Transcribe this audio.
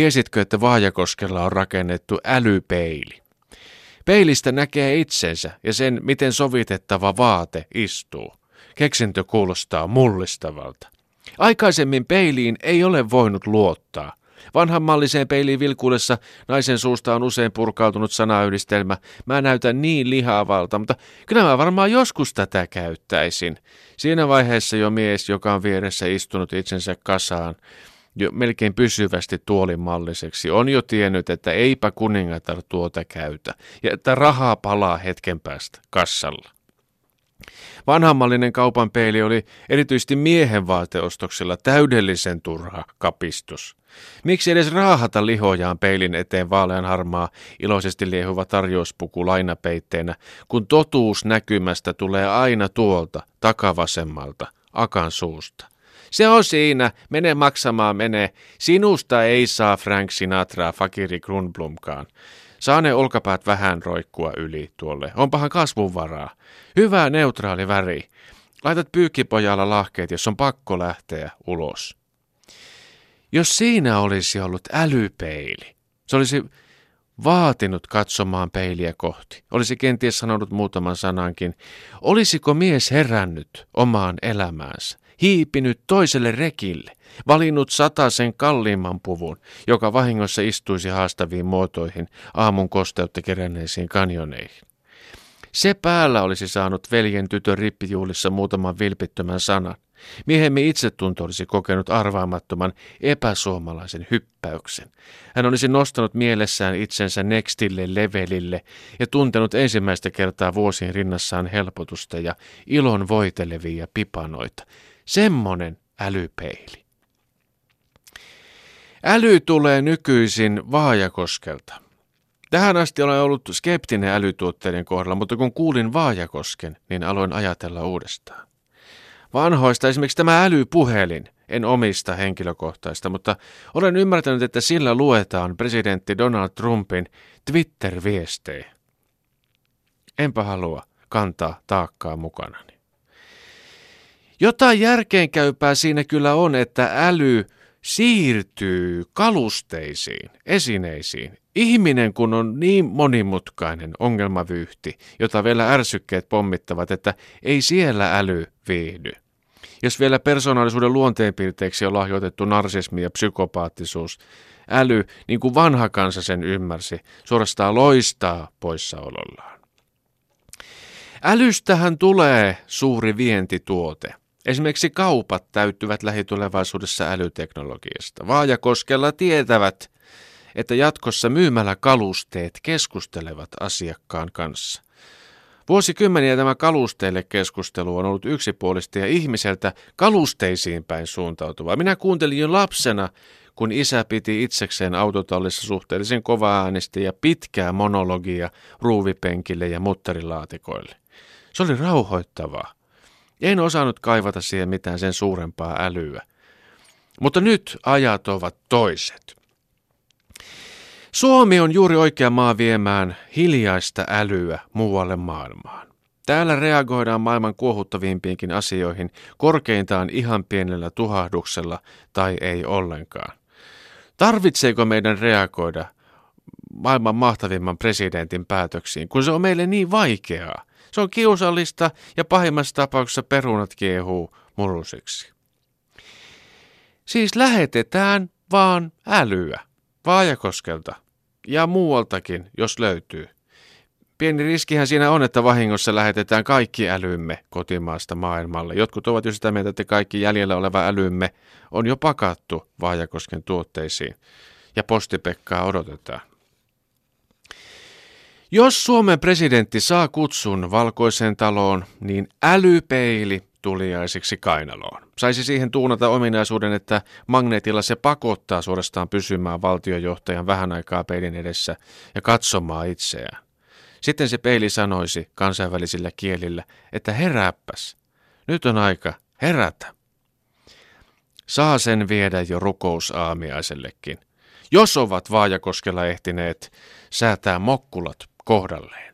Tiesitkö, että Vaajakoskella on rakennettu älypeili? Peilistä näkee itsensä ja sen, miten sovitettava vaate istuu. Keksintö kuulostaa mullistavalta. Aikaisemmin peiliin ei ole voinut luottaa. Vanhanmalliseen peiliin vilkuudessa naisen suusta on usein purkautunut sanayhdistelmä. Mä näytän niin lihavalta, mutta kyllä mä varmaan joskus tätä käyttäisin. Siinä vaiheessa jo mies, joka on vieressä istunut itsensä kasaan, jo melkein pysyvästi tuolimalliseksi, on jo tiennyt, että eipä kuningatar tuota käytä ja että rahaa palaa hetken päästä kassalla. Vanhanmallinen kaupan peili oli erityisesti miehen vaateostoksella täydellisen turha kapistus. Miksi edes raahata lihojaan peilin eteen vaaleanharmaa, iloisesti liehuva tarjouspuku lainapeitteenä, kun totuus näkymästä tulee aina tuolta, takavasemmalta, akan suusta. Se on siinä, mene maksamaan, mene. Sinusta ei saa Frank Sinatraa, fakiri Grunblumkaan. Saa ne olkapäät vähän roikkua yli tuolle. Onpahan kasvunvaraa. Hyvä neutraali väri. Laitat pyykkipojalla lahkeet, jos on pakko lähteä ulos. Jos siinä olisi ollut älypeili, se olisi vaatinut katsomaan peiliä kohti. Olisi kenties sanonut muutaman sanankin. Olisiko mies herännyt omaan elämäänsä? Hiipinyt toiselle rekille, valinnut 100 kalliimman puvun, joka vahingossa istuisi haastaviin muotoihin aamun kosteutta keränneisiin kanjoneihin. Se päällä olisi saanut veljen tytön rippijuhlissa muutaman vilpittömän sanan. Miehemme itsetunto olisi kokenut arvaamattoman epäsuomalaisen hyppäyksen. Hän olisi nostanut mielessään itsensä nextille levelille ja tuntenut ensimmäistä kertaa vuosien rinnassaan helpotusta ja ilon voitelevia pipanoita. Semmonen älypeili. Äly tulee nykyisin Vaajakoskelta. Tähän asti olen ollut skeptinen älytuotteiden kohdalla, mutta kun kuulin Vaajakosken, niin aloin ajatella uudestaan. Vanhoista esimerkiksi tämä älypuhelin, en omista henkilökohtaista, mutta olen ymmärtänyt, että sillä luetaan presidentti Donald Trumpin Twitter-viestejä. Enpä halua kantaa taakkaa mukanani. Jotain järkeenkäypää siinä kyllä on, että äly siirtyy kalusteisiin, esineisiin. Ihminen kun on niin monimutkainen ongelmavyyhti, jota vielä ärsykkeet pommittavat, että ei siellä äly viihdy. Jos vielä persoonallisuuden luonteenpiirteeksi on lahjoitettu narsismi ja psykopaattisuus, äly, niin kuin vanha kansa sen ymmärsi, suorastaan loistaa poissaolollaan. Älystähän tulee suuri vientituote. Esimerkiksi kaupat täyttyvät lähitulevaisuudessa älyteknologiasta. Vaajakoskella tietävät, että jatkossa myymäläkalusteet keskustelevat asiakkaan kanssa. Vuosikymmeniä tämä kalusteille keskustelu on ollut yksipuolista ja ihmiseltä kalusteisiin päin suuntautuvaa. Minä kuuntelin jo lapsena, kun isä piti itsekseen autotallissa suhteellisen kova-äänistä ja pitkää monologia ruuvipenkille ja muttarilaatikoille. Se oli rauhoittavaa. En osannut kaivata siihen mitään sen suurempaa älyä. Mutta nyt ajat ovat toiset. Suomi on juuri oikea maa viemään hiljaista älyä muualle maailmaan. Täällä reagoidaan maailman kuohuttavimpiinkin asioihin korkeintaan ihan pienellä tuhahduksella tai ei ollenkaan. Tarvitseeko meidän reagoida maailman mahtavimman presidentin päätöksiin, kun se on meille niin vaikeaa? Se on kiusallista ja pahimmassa tapauksessa perunat kiehuu murusiksi. Siis lähetetään vaan älyä Vaajakoskelta ja muualtakin, jos löytyy. Pieni riskihän siinä on, että vahingossa lähetetään kaikki älymme kotimaasta maailmalle. Jotkut ovat jo sitä mieltä, että kaikki jäljellä oleva älymme on jo pakattu Vaajakosken tuotteisiin ja postipekkaa odotetaan. Jos Suomen presidentti saa kutsun Valkoiseen taloon, niin älypeili tuliaisiksi kainaloon. Saisi siihen tuunata ominaisuuden, että magneetilla se pakottaa suorastaan pysymään valtiojohtajan vähän aikaa peilin edessä ja katsomaan itseään. Sitten se peili sanoisi kansainvälisillä kielillä, että herääpäs, nyt on aika herätä. Saa sen viedä jo rukousaamiaisellekin, jos ovat Vaajakoskella ehtineet säätää mokkulat kohdalleen.